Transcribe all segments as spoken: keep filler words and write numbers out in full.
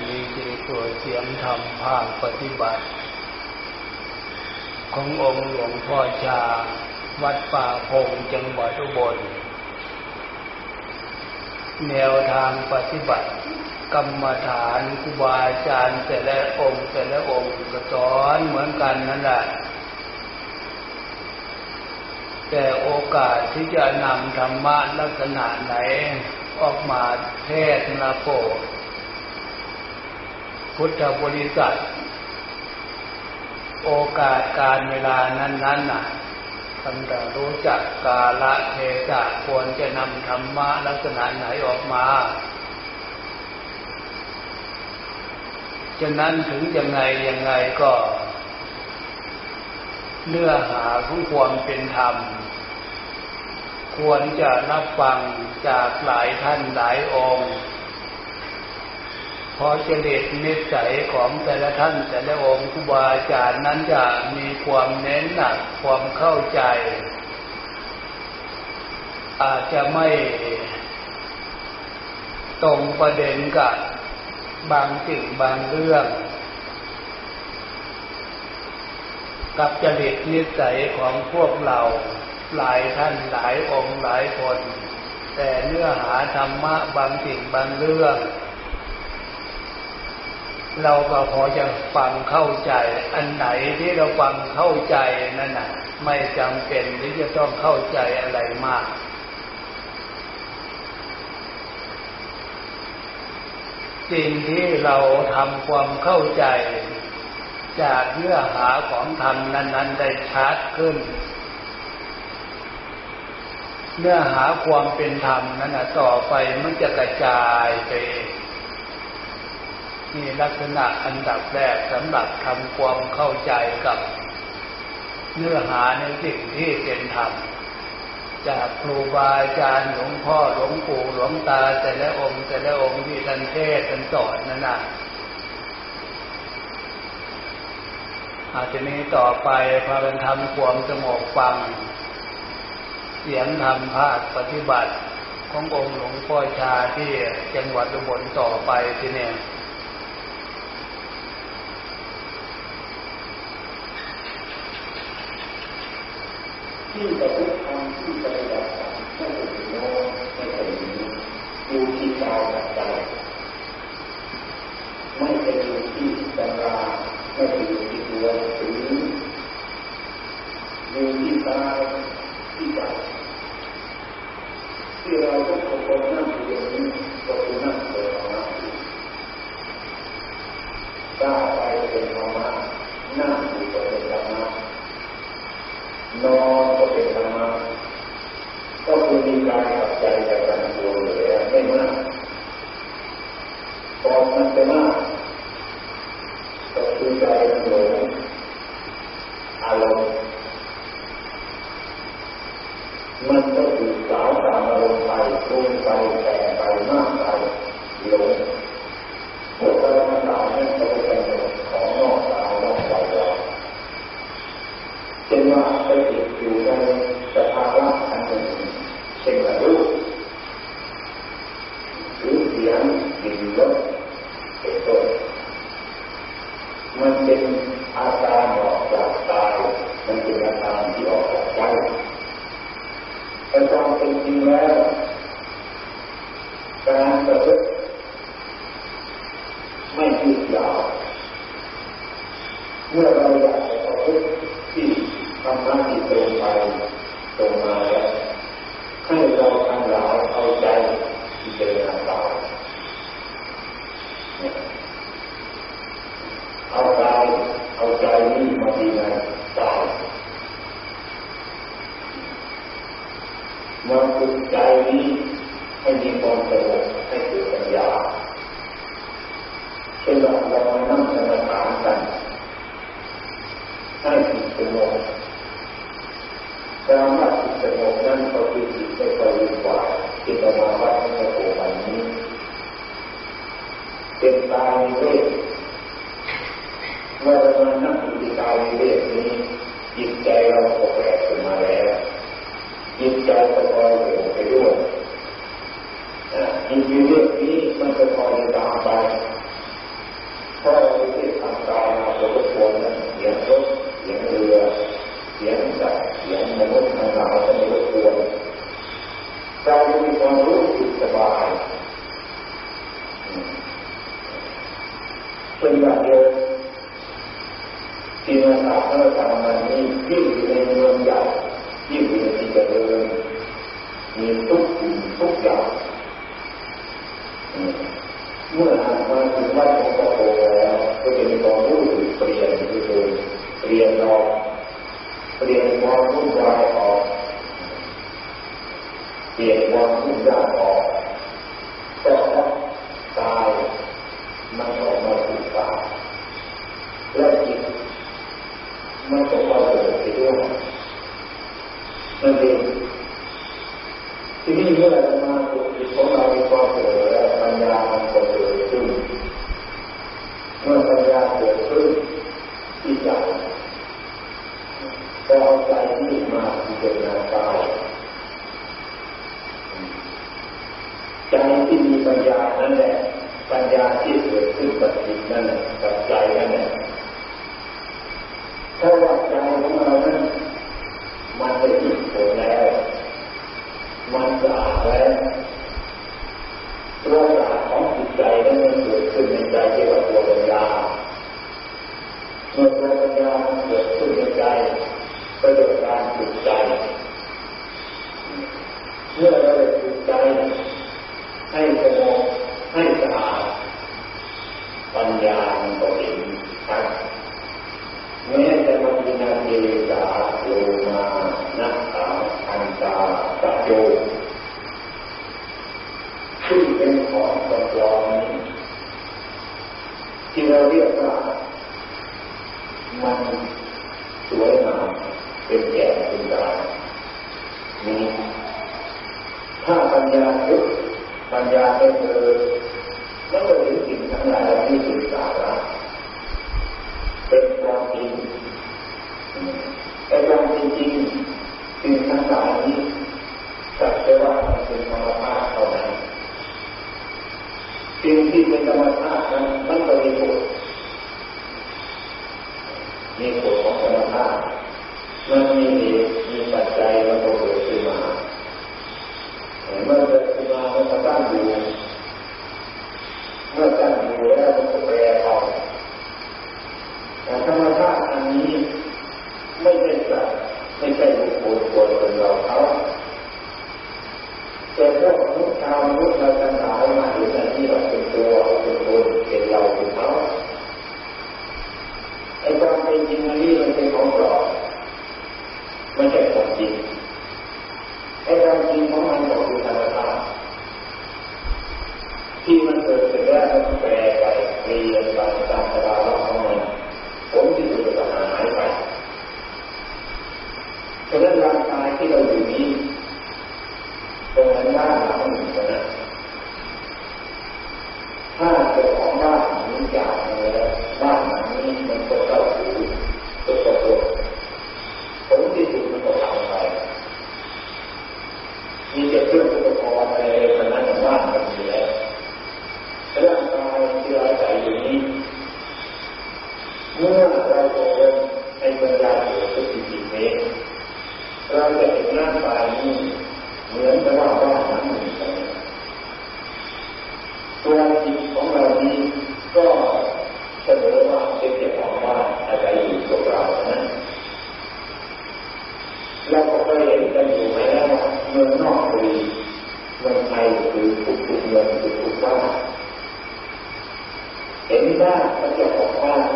นี้คือตัวเสียงธรรมภาคปฏิบัติขององค์หลวงพ่อชาวัดป่าพงจังหวัดอุบลแนวทางปฏิบัติกรรมฐานครูบาอาจารย์แต่ละองค์แต่ละองค์ก็สอนเหมือนกันนั่นแหละแต่โอกาสที่จะนำธรรมะลักษณะไหนออกมาเทศนาโปรดพุทธบริษัทโอกาสการเวลานั้นๆน่ะท่านจะรู้จักกาลเทศะควรจะนำธรรมะลักษณะไหนออกมาฉะนั้นถึงยังไงยังไงก็เนื้อหาของความเป็นธรรมควรจะรับฟังจากหลายท่านหลายองค์เพราะจริตนิสัยของแต่ละท่านแต่ละองค์ครูบาอาจารย์นั้นจะมีความเน้นหนักความเข้าใจอาจจะไม่ตรงประเด็นกับบางสิ่งบางเรื่องกับจริตนิสัยของพวกเราหลายท่านหลายองค์หลายคนแต่เนื้อหาธรรมะบางสิ่งบางเรื่องเราก็พอจะฟังเข้าใจอันไหนที่เราฟังเข้าใจนั่นน่ะไม่จำเป็นที่จะต้องเข้าใจอะไรมากสิ่งที่เราทำความเข้าใจจากเนื้อหาของธรรมนั้นๆได้ชัดขึ้นเนื้อหาความเป็นธรรมนั้นน่ะต่อไปมันจะกระจายไปนี่ลักษณะอันดับแรกสำหรับทำความเข้าใจกับเนื้อหาในสิ่งที่เป็นธรรมจากครูบาอาจารย์หลวงพ่อหลวงปู่หลวงตาแต่ละองค์แต่ละองค์ที่ท่านเทศน์ท่านสอนนั่นน่ะอาจจะนี้ต่อไปพากันทำความสงบฟังเสียงธรรมภาคปฏิบัติขององค์หลวงพ่อชาที่จังหวัดอุบลต่อไปที่เนี่ยที่ประพฤติธรรมที่ปฏิบัติธรรมไม่ได้มีโน้ตไม่ได้มีอยู่ที่กายกับใจไม่ได้อยู่ที่ตำราไม่ได้อยู่ที่ตัวหนังสืออยู่ที่กายที่ใจที่เราทุกคนนั่งอยู่อย่างนี้ก็คือนั่งเป็นธรรมะก้าวไปเป็นธรรมะนั่งอยู่ก็เป็นธรรมะนอนก็เป็นธรรมะก็คือมีกายกับใจแต่กันตัวเหลือไม่มากพอมันจะมากก็คือใจมันหลงอารมณ์มันก็ถูกสาวตามอารมณ์ไปปรุงไปแต่งไปมากไปหลงพวกเราทั้งหลายนั้นก็เป็นของนอกกายนอกใจเราเช่นว่าไปติดอยู่ในสภาวะอันหนึ่งเช่นว่ารูปหรือเสียงกลิ่นรสเป็นต้นมันเป็นอาการออกจากกายมันเป็นอาการที่ออกจากใจแต่ความเป็นจริงแล้วการประพฤติไม่ยืดยาวเมื่อเราอยากจะประพฤติที่ธรรมะที่ตรงไปตรงมาแล้วให้เราทั้งหลายเอาใจที่เจริญกายเอากายเอาใจนี้มาดีในกายมาฝึกใจนี้ให้มีความสงบให้เกิดปัญญาเช่นเราเรามานั่งสมาธิกันให้จิตสงบการว่าจิตสงบนั้นก็คือจิตไม่ค่อยวุ่นวายที่จะมาวัดในโอวันนี้เป็นกายวิเวกเมื่อเรามานั่งอยู่ที่กายวิเวกนี้จิตใจเราก็แปลขึ้นมาแล้วจิตใจก็คอยอยู่ไปด้วยจิตวิเวกนี้มันจะคอยตามไปเรามีความรู้สึกสบายเป็นแบบเดียวที่มาถามพระธรรมนี้ยิ่งอยู่ในเมืองใหญ่ยิ่งอยู่ในที่เจริญมีทุกสิ่งทุกอย่างเมื่ออ่านมาถึงวัดของพระโตแล้วก็จะมีความรู้สึกเปลี่ยนคือเปลี่ยนออกเปลี่ยนความวุ่นวายออกเปลี่ยนความวุ่นวายออกก็กายมันออกมาศึกษาและจิตมันก็เข้าไปไปด้วยนั่นเองที่นี่เมื่อเรามาฝึกจิตของเรามีความเกิดแล้วปัญญามันก็เกิดขึ้นเมื่อปัญญาเกิดขึ้นที่ใจก็เอาใจที่มาพิจารณากายใจที่มีปัญญานั่นแหละปัญญาที่เกิดขึ้นกับจิตนั่นแหละกับใจนั่นแหละถ้าว่าใจของเรานั้นมันได้ฝึกฝนแล้วมันสะอาดแล้วตัวสะอาดของจิตใจนั้นมันเกิดขึ้นในใจที่ว่าตัวปัญญาเมื่อตัวปัญญามันเกิดขึ้นในใจก็เกิดการฝึกใจเมื่อเราได้ฝึกใจให้สงบให้สะอาดปัญญามันก็เห็นชัดแม้จะมาพิจารณาเจตาโยมานัตตาอันตาตะโยซึ่งเป็นของปลอมนี้ที่เราเรียกว่ามันสวยงามเป็นแก่เป็นตานี้ถ้าปัญญายุบปัญญาไม่เกิดแล้วก็เห็นสิ่งทั้งหลายที่เป็นสาระเป็นความจริงไอ้ความจริงจริงสิ่งทั้งหลายนี้สักแต่ว่ามันเป็นธรรมชาติเท่านั้นสิ่งที่เป็นธรรมชาตินั้นมันก็มีผลมีผลของธรรมชาติมันมีเหตุมีปัจจัยมันก็เกิดขึ้นมาเมื่อเกิดขึ้นมามันก็ตั้งอยู่เมื่อตั้งอยู่แล้วมันก็แปรออกแต่ธรรมชาติอันนี้ไม่ใช่สัตว์ไม่ใช่บุคคลตัวตนเราเขาแต่พวกมนุษย์ชาวมนุษย์เราทั้งหลายมาเห็นอันนี้เราเป็นตัวเป็นตนเป็นเราเป็นเขาไอ้ความเป็นจริงอันนี้มันเป็นของปลอมไม่ใช่ของจริงไอ้ความจริงของมันก็คือธรรมชาติที่มันเกิดขึ้นแล้วมันแปรไปเปลี่ยนไปตามสภาวะของมันผลที่สุดก็หายไปฉะนั้นร่างกายที่เราอยู่นี้ตรงนั้นบ้านหลังหนึ่งนะถ้าเจ้าของบ้านหนีจากแล้วบ้านหลังนี้มันก็เก่าหูก็ตกผลที่สุดมันก็ทำไปมีแต่เครื่องอุปกรณ์อะไรขนาดนั้นบ้านมันมีแล้วร่างกายที่เราใส่อยู่นี้เมื่อเราโอนให้ปัญญาเกิดขึ้นจริงๆนี้เราจะเห็นร่างกายนี้เหมือนกับว่าบ้านหลังหนึ่งตัวจิตของเรานี้ก็เสนอว่าเป็นเจ้าของบ้านอาศัยอยู่กับเรานะเราก็เคยเห็นกันอยู่ไหมแล้วว่าเมืองนอกคือเมืองไทยคือทุกๆเมืองคือทุกบ้านเห็นบ้านก็เจ้าของบ้าน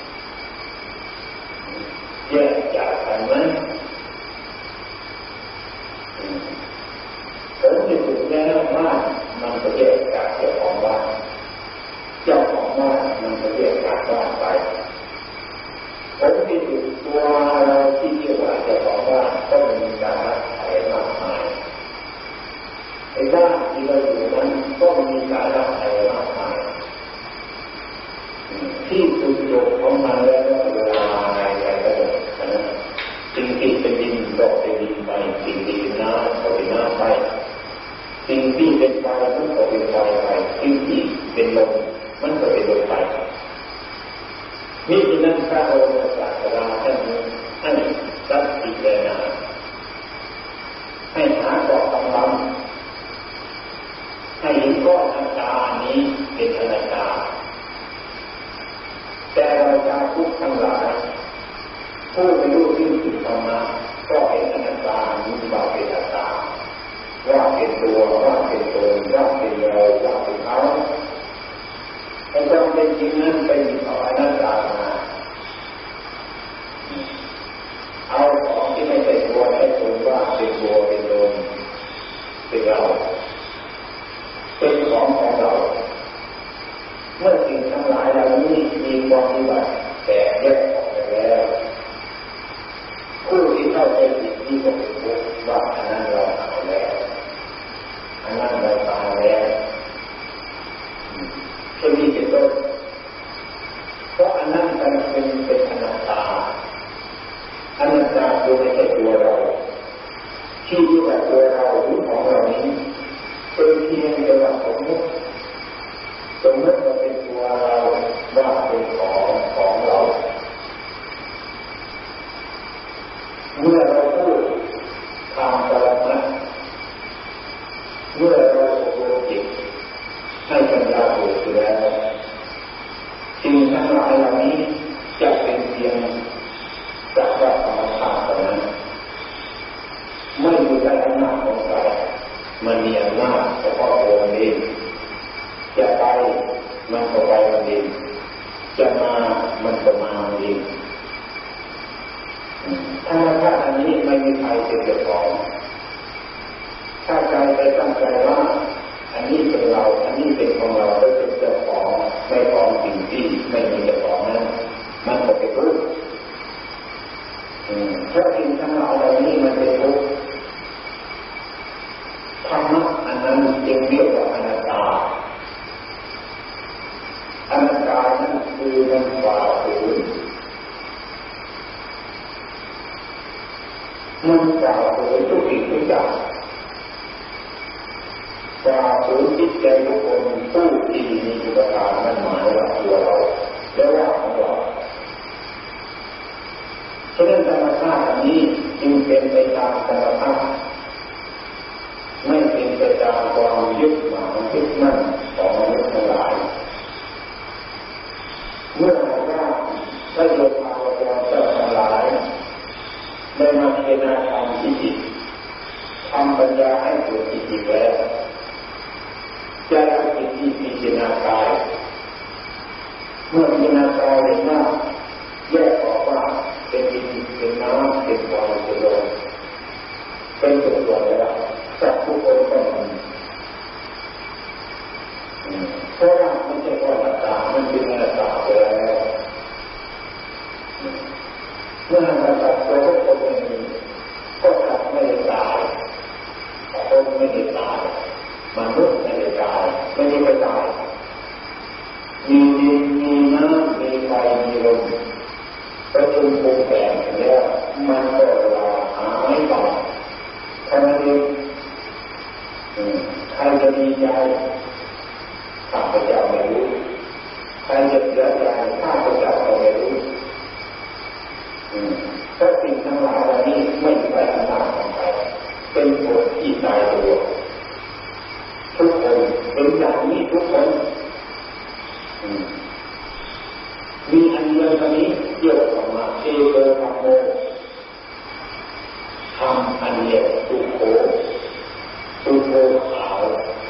แยกจากกันไหมผลที่สุดแล้วบ้านมันก็แยกจากเจ้าของบ้านเจ้าของบ้านมันก็แยกจากบ้านไปผลที่สุดตัวเราที่เรียกว่าเจ้าของบ้านก็มีการรักใคร่มากมายไอ้บ้านที่เราอยู่นั้นก็มีการรักใคร่มากมายที่สุดโลกของมันแล้วก็เวลาอะไรอะไรก็ได้นะสิ่งที่เป็นดินก็เป็นดินไปสิ่งที่เป็นน้ำก็เป็นน้ำไปสิ่งที่เป็นไฟมันก็เป็นไฟไปสิ่งที่เป็นลมมันก็เป็นลมไปนี่คือนั่นพระองค์ศาสดาท่านให้ตัดสินใจนะให้หาเกาะกำลังเป็นตัวว่าเป็นตนว่าเป็นเราว่าเป็นเขาไอ้ความเป็นจริงนั้นเป็นของอนัตตามาเอาของที่ไม่เป็นตัวไม่ตนว่าเป็นตัวเป็นตนเป็นเราเป็นของของเราเมื่อสิ่งทั้งหลายเหล่านี้มีความวิบัติแตกแยกออกไปแล้วผู้ที่เข้าใจผิดนี่ก็เป็นผู้ว่าอันนั้นเราตายแล้วอันนั้นเราตายแล้วแค่นี้เป็นต้นเพราะอันนั้นมันเป็นเป็นอนัตตาอนัตตาคือไม่ใช่ตัวเราที่ที่ว่าตัวเราหรือของเรานี้เป็นเพียงแต่ว่าสมมติสมมติว่าเป็นตัวเราว่าเป็นของของเราเมื่อเราพูดทางปรมัตถ์เมื่อเราอบรมจิตให้ปัญญาเกิดขึ้นแล้วสิ่งทั้งหลายเหล่านี้จะเป็นเพียงสักว่าธรรมชาติเท่านั้นไม่อยู่ใต้อำนาจของใครมันมีอำนาจเฉพาะตัวมันเองจะไปมันก็ไปมันเองจะมามันก็มามันเองธรรมชาติอันนี้ไม่มีใครเป็นเจ้าของถ้าใจไปตั้งใจว่าอันนี้เป็นเราอันนี้เป็นของเราแล้วเป็นเจ้าของไม่ของสิ่งที่ไม่มีเจ้าของนั้นมันก็เป็นทุกข์เพราะสิ่งทั้งหลายเหล่านี้มันเป็นทุกข์ธรรมะอันนั้นจึงเรียกว่าอนัตตาอนัตตานั้นคือมันฝ่าฝืนมันฝ่าฝืนทุกสิ่งทุกอย่างฝ่าฝืนจิตใจทุกคนผู้ที่มีอุปการนั่นหมายว่าตัวเราและว่าของเราฉะนั้นธรรมชาติอันนี้จึงเป็นไปตามธรรมชาติไม่เป็นไปตามความยึดหมายยึดมั่นของมนุษย์ทั้งหลายเมื่อเราว่าได้โยภาวะเจ้าทั้งหลายได้มาพิจารณาธรรมที่จิตทำปัญญาให้เกิดที่จิตแล้วจะเอาจิตที่พิจารณากายเมื่อพิจารณากายเห็นว่าแยกออกว่าเป็นดินเป็นน้ำเป็นไฟเป็นลมเป็นส่วนๆแล้วสัตว์ทุกคนก็มีเพราะว่าไม่ใช่ว่าอนัตตามันเป็นอนัตตาไปแล้วเมื่ออนัตตาตัวทุกคนไม่มีก็สัตว์ไม่ได้ตายคนไม่ได้ตายมนุษย์ไม่ได้ตายไม่ได้ไปตายมีดินมีน้ำมีไฟมีลมประชุมปรุงแต่งกันแล้วมันก็เวลาหาไม่ต่อเท่านั้นเองใครจะดีใจข้าพเจ้าไม่รู้ใครจะเสียใจข้าพเจ้าก็ไม่รู้เพราะสิ่งทั้งหลายเหล่านี้ไม่ใช่อำนาจของใครเป็นผลที่ตายตัวทุกคนเป็นอย่างนี้ทุกคนมีอันเดียวกันนี้เกี่ยวกับมาเอโกธรรมโมทำอันเดียวทุกโขทุกโขขาว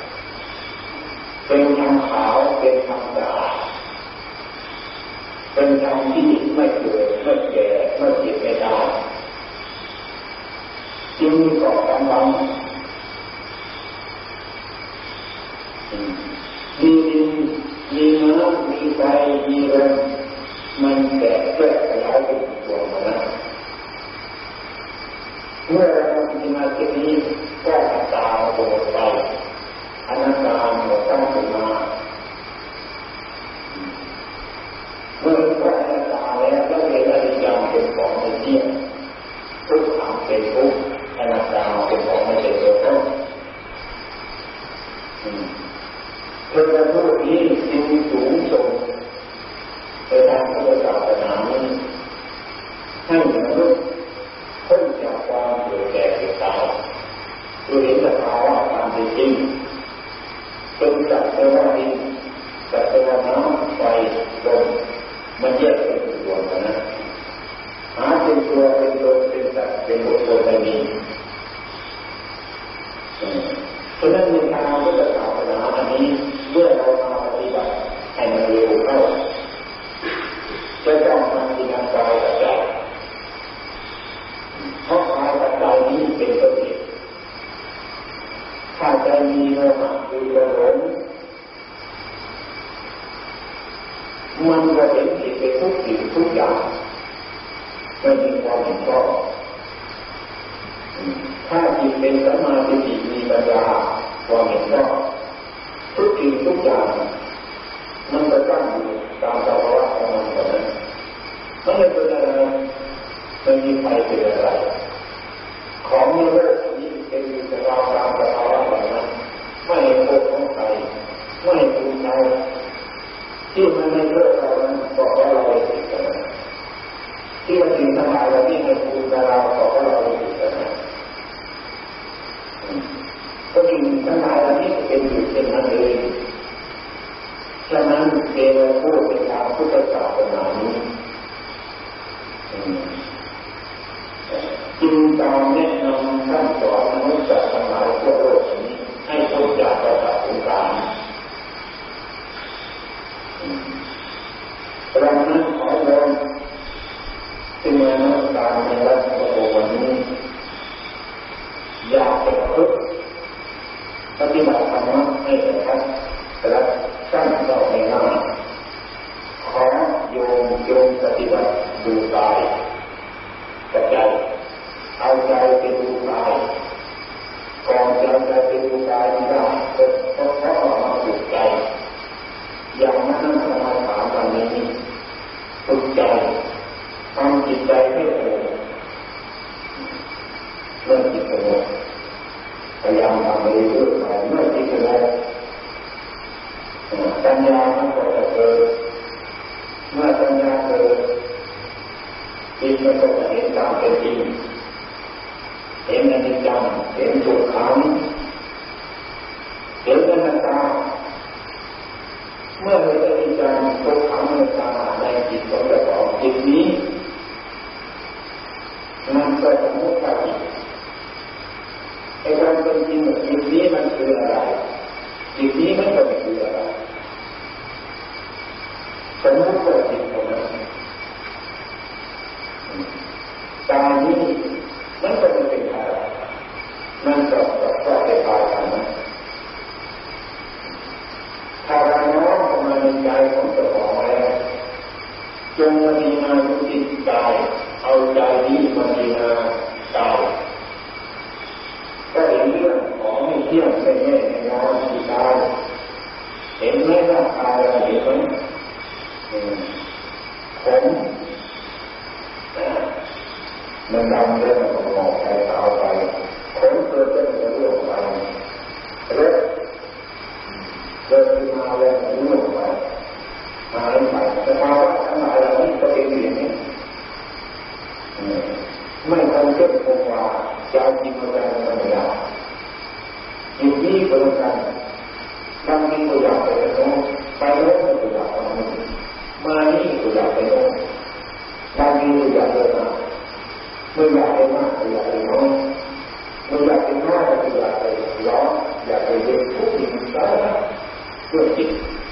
เป็นธรรมขาวเป็นธรรมสะอาดเป็นธรรมที่ไม่เกิดไม่แก่ไม่เจ็บไม่ตายจึงมีเกาะกำบังมีดินมีน้ำมีไฟมีลมมันแตกแยกขยายเป็นตัวมาแล้วเมื่อเราพิจารณาเช่นนี้ก็อัตตาหมดไปอนัตตาหมดตั้งขึ้นมาเมื่อว่าอนัตตาแล้วแล้วเห็นอนิจจังเป็นของไม่เที่ยงทุกขังเป็นทุกข์อนัตตาเป็นของไม่ใช่ตัวตนเพื่อจะพูดนี้จึงสูงส่งในทางพระศาสนานี้ให้มนุษย์พ้นจากความเกิดแก่เจ็บตายโดยเห็นสภาวะตามเป็นจริงเป็นสัตว์เป็นว่าดินสัตว์เป็นว่าน้ำไฟลมมันแยกเป็นส่วนกันนะหาเป็นตัวเป็นตนเป็นสัตว์เป็นบุคคลไม่มี ฉฉะนั้นในทางพุทธศาสนาอันนี้เมื่อเรามาปฏิบัติให้มันเร็วเข้าจะต้องทำกิจกรรมกับใจเพราะกายกับใจนี้เป็นตัวเองถ้าใจมีโมหะคือตัวหลงมันก็เห็นผิดไปทุกสิ่งทุกอย่างไม่มีความเห็นชอบถ้าจิตเป็นสัมมาทิฏฐิมีปัญญาความเห็นชอบทุกสิ่งทุกอย่างมันจะตั้งอยู่ตามสภาวะของมันแบบนั้นมันไม่เป็นอะไรไม่มีใครเป็นอะไรของในโลกนี้เป็นอยู่แต่เราตามสภาวะแบบนั้นไม่เห็นโทษของใครไม่เห็นคุณใครที่มันไม่เลิกเรานั้นก็เพราะเราเป็นกันนะที่มันสิ่งทั้งหลายเราที่ไม่คุณกับเราก็เพราะเราเป็นกันนะก็สิ่งทั้งหลายเราที่เป็นอยู่เช่นนั้นเองฉะนั้นเทวพูดเป็นทางพุทธศาสนานี้จึงตามแนะนำท่านสอนมนุษย์สัตว์ทั้งหลายทั่วโลกนี้ให้พ้นจากวัฏสงสารดังนั้นขอโยมที่มานับการในวัดพระโอวันนี้อยากจะฝึกปฏิบัติธรรมะให้แก่ท่านและตั้งต่อในหน้าขอโยมโยมปฏิบัติดูกายกับใจเอาใจไปดูกายก่อนจะใจไปดูกายไม่ได้ก็เพราะเรามาฝึกใจอย่างมานั่งสมาธิวันนี้ฝึกใจทำจิตใจให้สงบเมื่อจิตสงบพยายามทำไปเรื่อยๆเมื่อจิตสงบปัญญามันก็จะเกิดเมื่อปัญญาเกิดจิตมันก็จะเห็นตามเป็นจริงเห็นอนิจจังเห็นทุกขังเห็นอนัตตาเมื่อเราจะมีการทุกขังอนัตตาในจิตของเราจิตนี้มันก็สมมติว่าไอ้ความเป็นจริงของจิตนี้มันคืออะไรจิตนี้มันก็ไม่คืออะไรสมมติว่าจิตของมันตานี้มันก็ไม่เป็นอะไรมันก็ก็ก็เป็นกายธรรมะถ้าเราน้อมเข้ามาในใจของเจ้าของแล้วจงมาพิจารณาดูจิตกายเอาใจนี้มาพิจารณากายก็เห็นเรื่องของไม่เที่ยงไม่แน่ไม่นอนที่กายเห็นไหมร่างกายเราเห็นไหมผมมันดำเรื่องของหมอกไปขาวไปขนเกิดเป็นเรื่องไปเล็บเดินมาแล้วเรื่องไปหายไปสภาวะทั้งหลายเหล่านี้ก็เป็นอย่างนี้ไม่คงเส้นคงวาจะจริงมาจากธรรมดาอยู่นี่ก็เหมือนกันบางทีก็อยากไปโน่นไปโน่นก็อยากไปนี่มานี่ก็อยากไปโน่นบางทีก็อยากเดินมาไม่อยากไปมากก็อยากไปน้อยไม่อยากไปมากก็อยากไปร้อนอยากไปเย็นทุกสิ่งสารพัดเรื่องจิต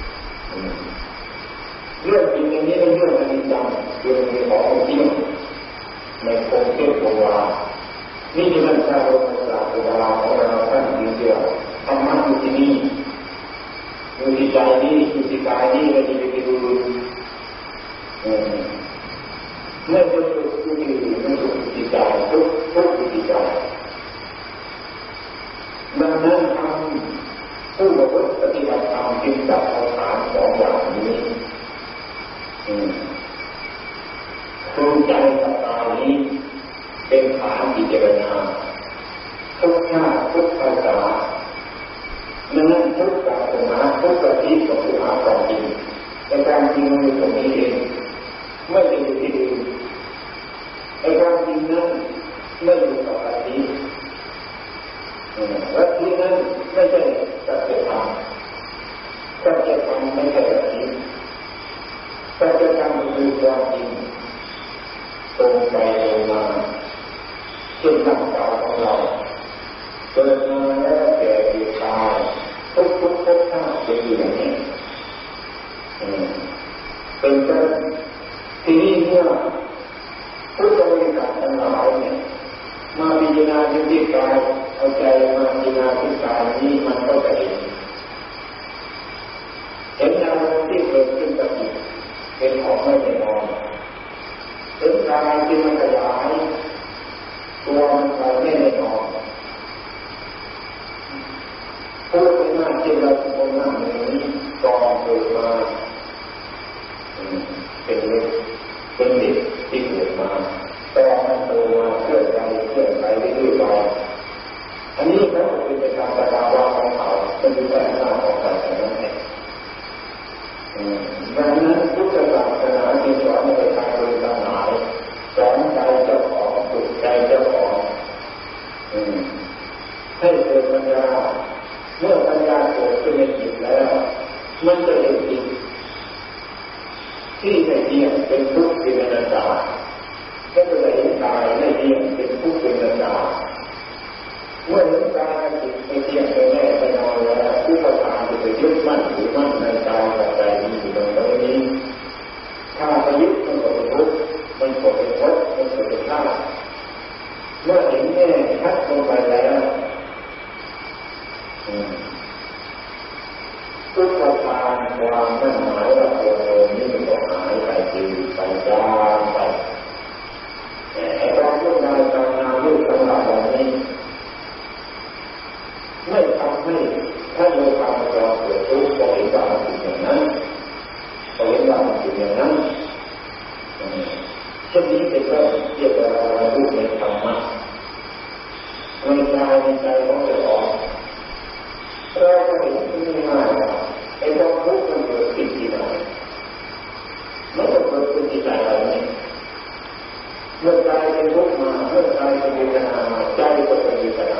เรื่องจิตอย่างนี้เป็นเรื่องอนิจจังเรื่องที่ของจริงในคงเส้นคงวานี่คือท่านพระบรมศาสดาของเราท่านจริงเดียวธรรมะอยู่ที่นี่อยู่ที่ใจนี้อยู่ที่กายนี้ไม่ได้ไปดูดูเมื่อจะฝึกอยู่ที่ไม่ฝึกอยู่ที่ใจทุกทุกอยู่ที่ใจดังนั้นทำผู้ประพฤติปฏิบัติธรรมจึงจับเอาฐานสองอย่างนี้คือใจกับกายนี้เป็นฐานพิจารณาทุกชาติทุกภาษาดังนั้นทุกศาสนาทุกประเทศก็คือหาความจริงแต่การจริงมันอยู่ตรงนี้เองไม่ได้อยู่ที่อื่นไอ้ความจริงนั้นไม่อยู่กับลัทธิลัทธินั้นไม่ใช่สัจธรรมสัจธรรมไม่ใช่ลัทธิสัจธรรมคือความจริงตรงไปตรงมาเช่นร่างกายของเราเกิดมาแล้วแก่เจ็บตเป็นต้นทีนี้เมื่อพุทธบริษัททั้งหลายเนี่ยมาพิจารณาที่กายเอาใจมาพิจารณาที่กายนี้มันก็จะเห็นเห็นอารมณ์ที่เกิดขึ้นกับจิตเป็นของไม่แน่นอนเห็นกายที่มันขยายตัวมันไปไม่แน่นอนพูดง่ายๆที่เราคนนั่งอย่างนี้ตอนเกิดมาเป็นเด็กเป็นเด็กที่เกิดมาตอนมันโตมาเคลื่อนไปเคลื่อนไปเรื่อยๆไปอันนี้เขาเป็นไปตามสภาวะของเขาเป็นไปตามหน้าของเขาแต่นั้นเองดังนั้นพุทธศาสนาจึงสอนในทางเดินทั้งหลายสอนใจเจ้าของฝึกใจเจ้าของให้เกิดปัญญาเมื่อปัญญาเกิดขึ้นในจิตแล้วมันจะเห็นจิตที่ไม่เที่ยงเป็นทุกข์เป็นอนัตตาก็จะเห็นกายไม่เที่ยงเป็นทุกข์เป็นอนัตตาเมื่อเห็นกายจิตไม่เที่ยงเป็นแน่เป็นนอนแล้วผู้ประทานจะไปยึดมั่นถือมั่นในกายกับใจนี้อยู่ตรงนี้ถ้าไปยึดมันก็เป็นทุกข์มันก็เป็นทุกข์มันก็เป็นข้าเมื่อเห็นแน่ชัดลงไปแล้วทุกประการความมั่นหมายว่าตัวเองนี่มันก็หายไปจืดไปจางไปแต่ความมุ่งมั่นการงานรูปทั้งหลายเหล่านี้ไม่ทำให้ถ้าโยธาเราเกิดทุกข์ก็เห็นว่ามันเป็นอย่างนั้นก็เห็นว่ามันเป็นอย่างนั้นเช่นนี้เป็นเรื่องเกี่ยวกับเรารูปในธรรมะในกายในใจของเราออกเราก็เห็นง่ายๆไอ้ความทุกข์มันเกิดขึ้นที่ไหนมันก็เกิดขึ้นที่ใจเราเนี่ยเมื่อใจเป็นทุกข์มาเมื่อใจเป็นเวทนามาใจก็เป็นเวทนา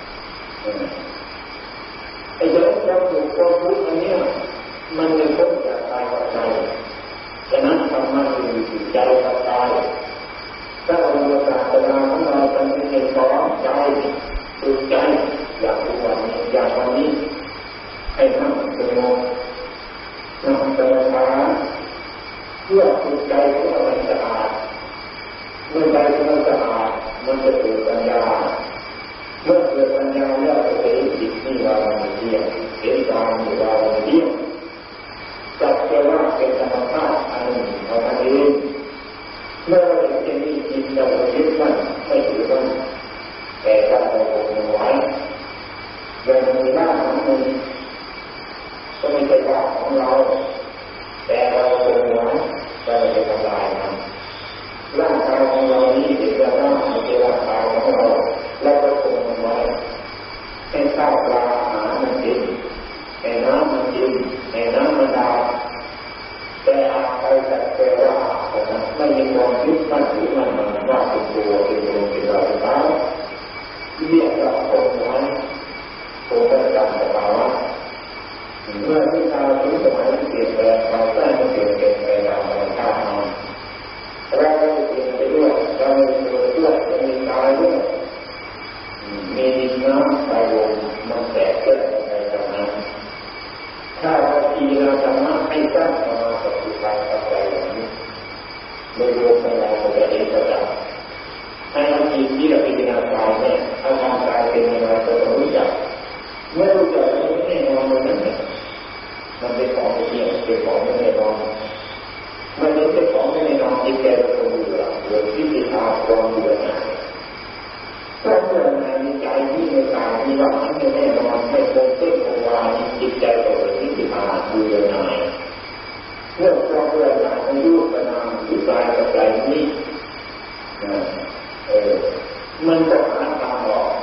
ไอ้เรื่องความทุกข์ความทุกข์อันนี้มันจะพ้นจากกายกับใจฉะนั้นธรรมะจึงอยู่ที่ใจกับกายถ้าเราศาสนาของเราเป็นในสองใจฝึกใจอย่างทุกวันนี้อย่างวันนี้ให้นั่งสงบนั่งสมาธิเพื่อฝึกใจของเราให้สะอาดเมื่อใจของเราสะอาดมันจะเกิดปัญญาเมื่อเกิดปัญญาแล้วจะเห็นจิตนี่ว่ามันเที่ยงเห็นกายนี่ว่ามันเที่ยงจับแต่ว่าเป็นธรรมชาติอันหนึ่งของมันเองเมื่อเราเห็นที่นี่จิตเรายึดมั่นไม่ถือมั่นแต่เราคงไว้ยังมีหน้าของมันก็ไม่ใช่ว่าของเราแต่เราคงไว้เราจะทำลายมันร่างกายของเรานี้เป็นร่างกายไม่ใช่ร่างกายของเราเราก็คงมันไว้ให้ข้าวปลาอาหารมันกินให้น้ำมันกินให้น้ำมันดาแต่อาไปแต่แต่ว่าไม่มีความยึดมั่นถือมันมันว่าเป็นตัวเป็นตัวเป็นเราเป็นเราเรียกเราคงไว้คงประจำกับเราเมื่อที่เราถึงสมัยที่เปลี่ยนแปลงเราได้มาเปลี่ยนแปลงไปเราเราข้ามมาเราก็เปลี่ยนไปด้วยเรามีตัวด้วยมีกายด้วยมีดินน้ำไฟลมมันแตกเกิดอะไรแบบนั้นถ้าเราพิจารณาธรรมะให้สร้างมาสัพพุทธาปัจจัยอย่างนี้โดยรวมของเราจะเห็นประจักษ์ให้เราจิตที่เราพิจารณากายเนี่ยเอาทางกายเป็นอะไรก็ต้องรู้จักเมื่อรู้จักแล้วแน่นอนมันนั่นแหละมันเป็นของเที่ยงเป็นของไม่แน่นอนมันเป็นของไม่แน่นอนจิตใจเราคงเบื่อเบื่อที่ติดตามความเบื่อหน่ายถ้าเบื่อหน่ายในใจที่ในกายที่ว่ามันไม่แน่นอนไม่คงเส้นคงวาจิตใจเราเป็นที่ติดตามเบื่อหน่ายเมื่อความเบื่อหน่ายมันยุบกระนำที่กายกับใจนี้เออมันจะหาทางออก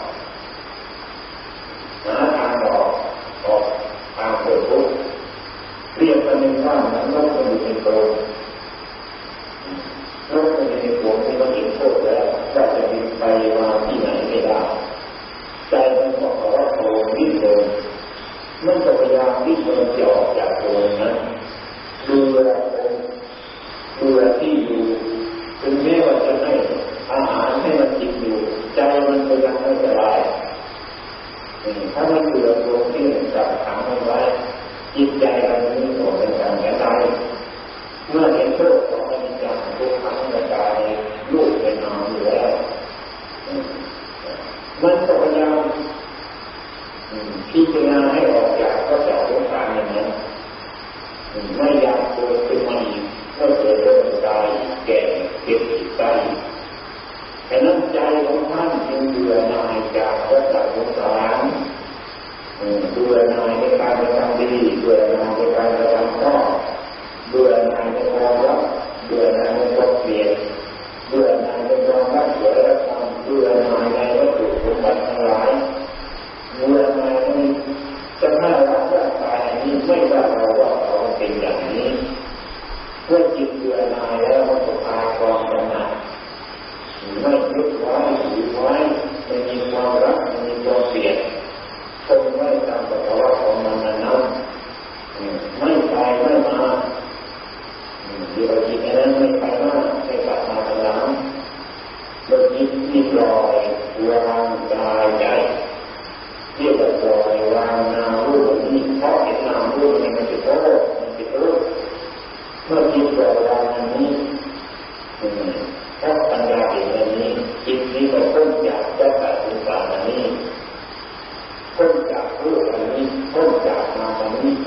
หาทางออกออกทางเกิดทุกข์เรียกมันเป็นว่ามันลดมันอยู่ในตัวลดมันอยู่ในตัวที่มันเห็นโทษแล้วก็จะบินไปมาที่ไหนไม่ได้ใจมันบอกว่าโตดิ้นรนมันจะพยายามดิ้นรนจะออกจากตัวนั้นดูแลดูแลที่อยู่ถึงแม้ว่าจะให้อาหารให้มันกินอยู่ใจมันก็ยังไม่สบายถ้ามันอยู่ในตัวที่จับขังมันไว้จิตใจเราไม่ส่งในการแก้ไขเมื่อเห็ไม่อยากเกิดเป็นมันไม่เกิดเป็นตายแก่เจ็บตายแต่น้ำใจของท่านจึงเบื่อหน่ายจากวัฏสงสารเบื่อหน่ายในการกระทำดีเบื่อหน่ายในการกระทำชอบเบื่อหน่ายในความรักเบื่อหน่ายในความเกลียดเบื่อหน่ายในความรักสวยรักงามเบื่อหน่ายในวัตถุสมบัติทั้งหลายเบื่อหน่ายในจะน่ารักร่างกายนี้ไม่ว่าเราว่าเขาเป็นอย่างนี้เมื่อจิตเบื่อหน่ายแล้วมันจะพาความกำหนัดไม่ยึดไว้ถือไว้ไม่มีความรักไม่มีความเกลียดคงไม่ตามสภาวะของมันนั้นไม่ไปไม่มาที่เราคิดนั้นไม่ไปมาไม่กลับมาทางหลังเราคิดที่ปล่อยวางกายใจเรียกว่าปล่อยวางนามรูปนี้เพราะเห็นนามรูปนี้มันเป็นโทษมันเป็นทุกข์เมื่อคิดปล่อยวางอันนี้เพราะปัญญาเห็นอันนี้จิตนี้ก็พ้นจากวัฏสงสารอันนี้พ้นจากรูปอันนี้พ้นจากนามอันนี้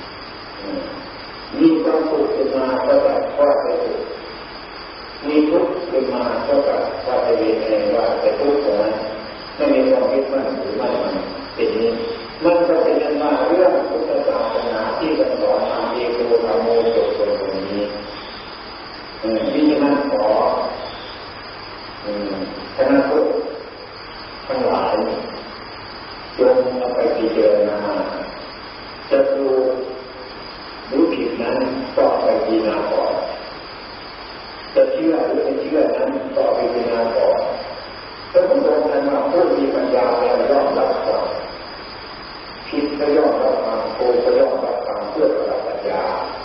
มีความสุขขึ้นมาก็แบบว่าไปสุขมีทุกข์ขึ้นมาก็แบบว่าไปเรียนเองว่าไปทุกข์ตรงนั้นไม่มีความคิดมั่นหรือไม่มันเป็นนี้มันก็เป็นอันว่าเรื่องพุทธศาสนาที่สอนมาเอกโยธรรมโมจบตรงนี้วิญญาณขอคณะพุทธทั้งหลายจงเอาไปพิจารณาจะดูรู้ผิดนั้นก็ไปพิจารณาก่อนจะเชื่อหรือไม่เชื่อนั้นก็ไปพิจารณาก่อนถ้าผมบอกท่านว่าผู้มีปัญญาแล้วย่อมรับฟังผิดก็ย่อมรับฟังโกงก็ย่อมรับฟังเพื่อประดับปัญญา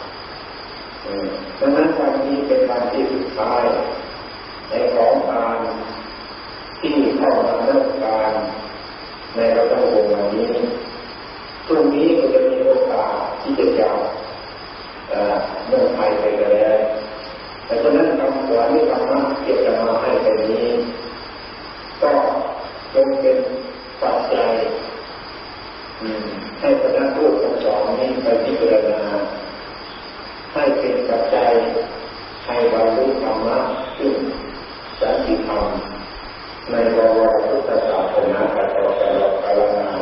ดังนั้นวันนี้เป็นวันที่สุดท้ายในของการที่เข้ามาเริ่มการในเราต้องวงวันนี้พรุ่งนี้ก็จะมีโอกาสที่จะจำเมืองไทยไปแล้วแต่ฉะนั้นคำสอนที่ธรรมะที่จะมาให้เป็นนี้ก็จงเป็นปัจจัยให้คณะผู้ทั้งสองนี้ไปพิจารณาให้เป็นปัจจัยให้บรรลุธรรมะซึ่งสันติธรรมในบวรพุทธศาสนาต่อไปเราภาวนา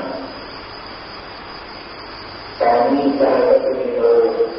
ตอนนี้ใจก็จะมีโล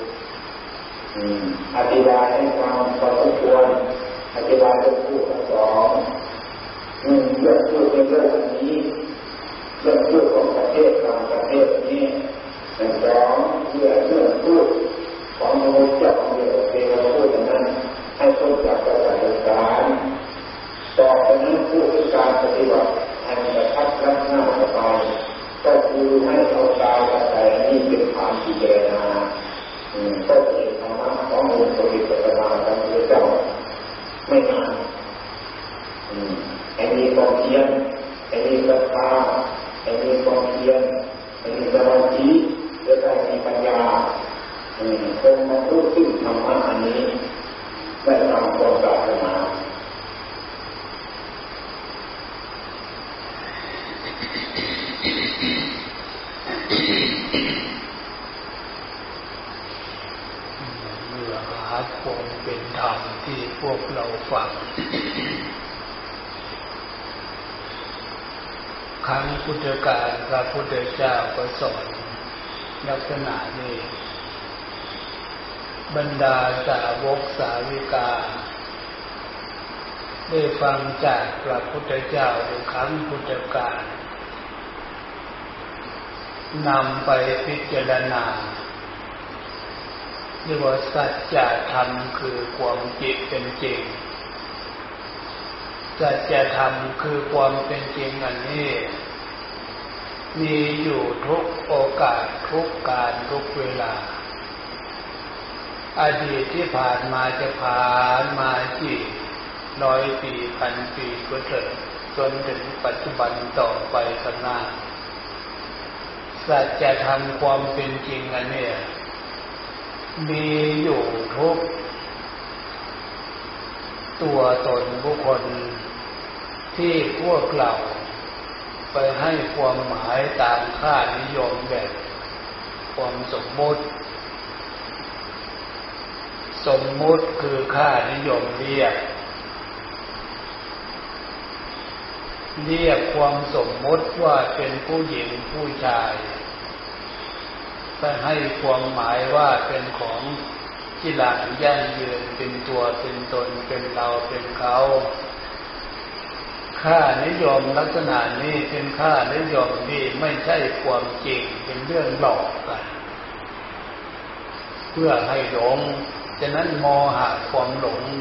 อธิบายให้ความพอสมควรอธิบายเรื่องผู้ทั้งสองเรื่องพูดในเรื่องนี้เรื่องพูดของประเทศต่างประเทศนี้แต่สองเรื่องเรื่องพูดของมนุษย์เจ้าของเรื่องเทวพูดนั้นให้พ้นจากประสาทการต่อไปนั้นผู้ที่การปฏิบัติแห่งประทับรับหน้าต่อไปก็คือให้เอากายกับใจนี้เป็นฐานพิจารณาก็เป็นธรรมะของมูลปฏิปทาของพระเจ้าไม่นานไอ้มีความเพียรไอ้มีศรัทธาไอ้มีความเพียรไอ้มีสมาธิและได้มีปัญญาคงมาพูดถึงธรรมะอันนี้ได้ตามความปรารถนาเมื่อหาความเป็นธรรมที่พวกเราฟังครั้งพุทธกาลพระพุทธเจ้าก็สอนลักษณะนี้บรรดาสาวกสาวิกาได้ฟังจากพระพุทธเจ้าในครั้งพุทธกาลนำไปพิจารณาเรียกว่าสัจธรรมคือความจริงเป็นจริงสัจธรรมคือความเป็นจริงอันนี้มีอยู่ทุกโอกาสทุกการทุกเวลาอดีตที่ผ่านมาจะผ่านมากี่ร้อยปีพันปีก็เถิดจนถึงปัจจุบันต่อไปข้างหน้าสัจธรรมความเป็นจริงอันนี้มีอยู่ทุกตัวตนบุคคลที่พวกเราไปให้ความหมายตามค่านิยมแบบความสมมติสมมุติคือค่านิยมเรียกเรียกความสมมุติว่าเป็นผู้หญิงผู้ชายไปให้ความหมายว่าเป็นของที่หลังยั่งยืนเป็นตัวเป็นตนเป็นเราเป็นเขาค่านิยมลักษณะนี้เป็นค่านิยมที่ไม่ใช่ความจริงเป็นเรื่องหลอกกันเพื่อให้หลงฉะนั้นโมหะความหลง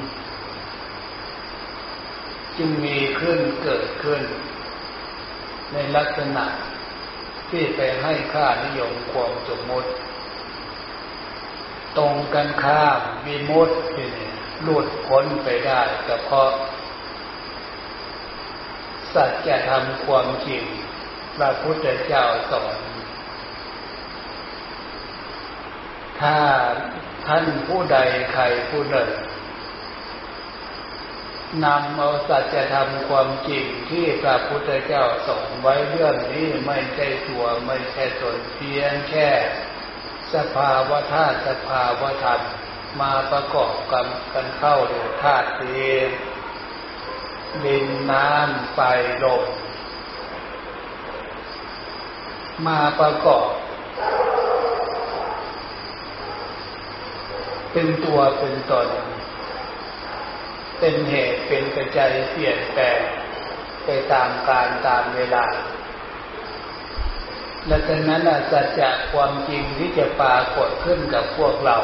จึงมีขึ้นเกิดขึ้นในลักษณะที่ไปให้ค่านิยมความสมมติตรงกันข้ามวิมุตตินี่หลุดพ้นไปได้ก็เพราะสัจธรรมความจริงพระพุทธเจ้าสอนถ้าท่านผู้ใดใครผู้หนึ่งนำเอาสัจธรรมความจริงที่พระพุทธเจ้าสอนไว้เรื่องนี้ไม่ใช่ตัวไม่ใช่ตนเพียงแค่สภาวะธาตุสภาวะธรรมมาประกอบกันกันเข้าโดยธาตุสี่ดินน้ำไฟลมมาประกอบเป็นตัวเป็นตนเป็นเหตุเป็นปัจจัยเปลี่ยนแปลงไปตามกาลตามเวลาและดังนั้นสัจจะความจริงที่จะปรากฏขึ้นกับพวกเรา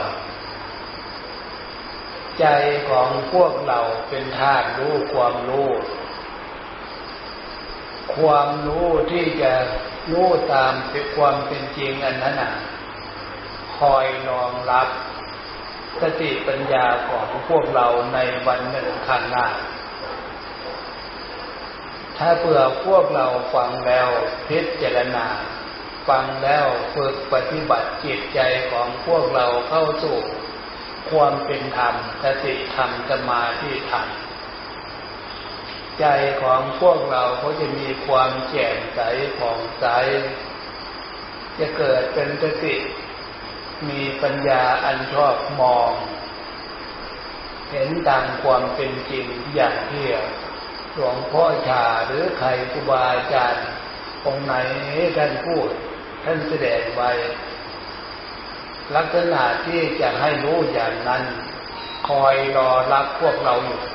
ใจของพวกเราเป็นธาตุรู้ความรู้ความรู้ที่จะรู้ตามความเป็นจริงอันนั้นน่ะคอยรองรับสติปัญญาของพวกเราในวันหนึ่งข้างหน้าถ้าเผื่อพวกเราฟังแล้วพิจารณาฟังแล้วฝึกปฏิบัติจิตใจของพวกเราเข้าสู่ความเป็นธรรมสติธรรมสมาธิธรรมใจของพวกเราก็จะมีความแจ่มใสผ่องใสจะเกิดเป็นสติมีปัญญาอันชอบมองเห็นตามความเป็นจริงอย่างที่หลวงพ่อชาหรือใครครูบาอาจารย์องค์ไหนท่านพูดท่านแสดงไว้ลักษณะที่จะให้รู้อย่างนั้นคอยรอรับพวกเราอยู่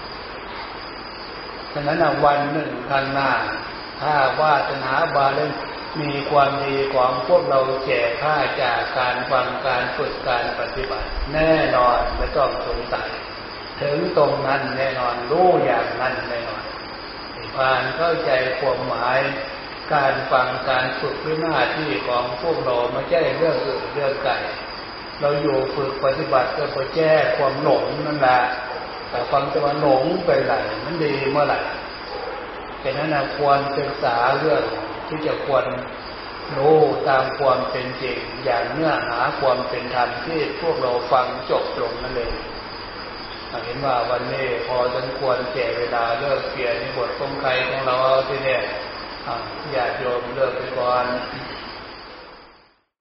ฉะนั้นวันหนึ่งข้างหน้าถ้าวาสนาบารมีมีความดีของพวกเราแก่ค่าจากการฟังการฝึกการปฏิบัติแน่นอนไม่ต้องสงสัยถึงตรงนั้นแน่นอนรู้อย่างนั้นแน่นอนผ่านเข้าใจความหมายการฟังการฝึกด้วยหน้าที่ของพวกเราไม่ใช่เรื่องอื่นเรื่องไกลเราอยู่ฝึกปฏิบัติก็เพื่อแก้ความหลงนั่นแหละแต่ความจะมาหลงไปไหนมันดีเมื่อไหร่ฉะนั้นควรศึกษาเรื่องที่จะควรรู้ตามความเป็นจริงอย่างเนื้อหาความเป็นธรรมที่พวกเราฟังจบลงนั่นเองเห็นว่าวันนี้พอสมควรแก่เวลาเลิกเปลี่ยนบทคงใครของเราเอาที่เนี่ยญาติโยมเลิกไปก่อน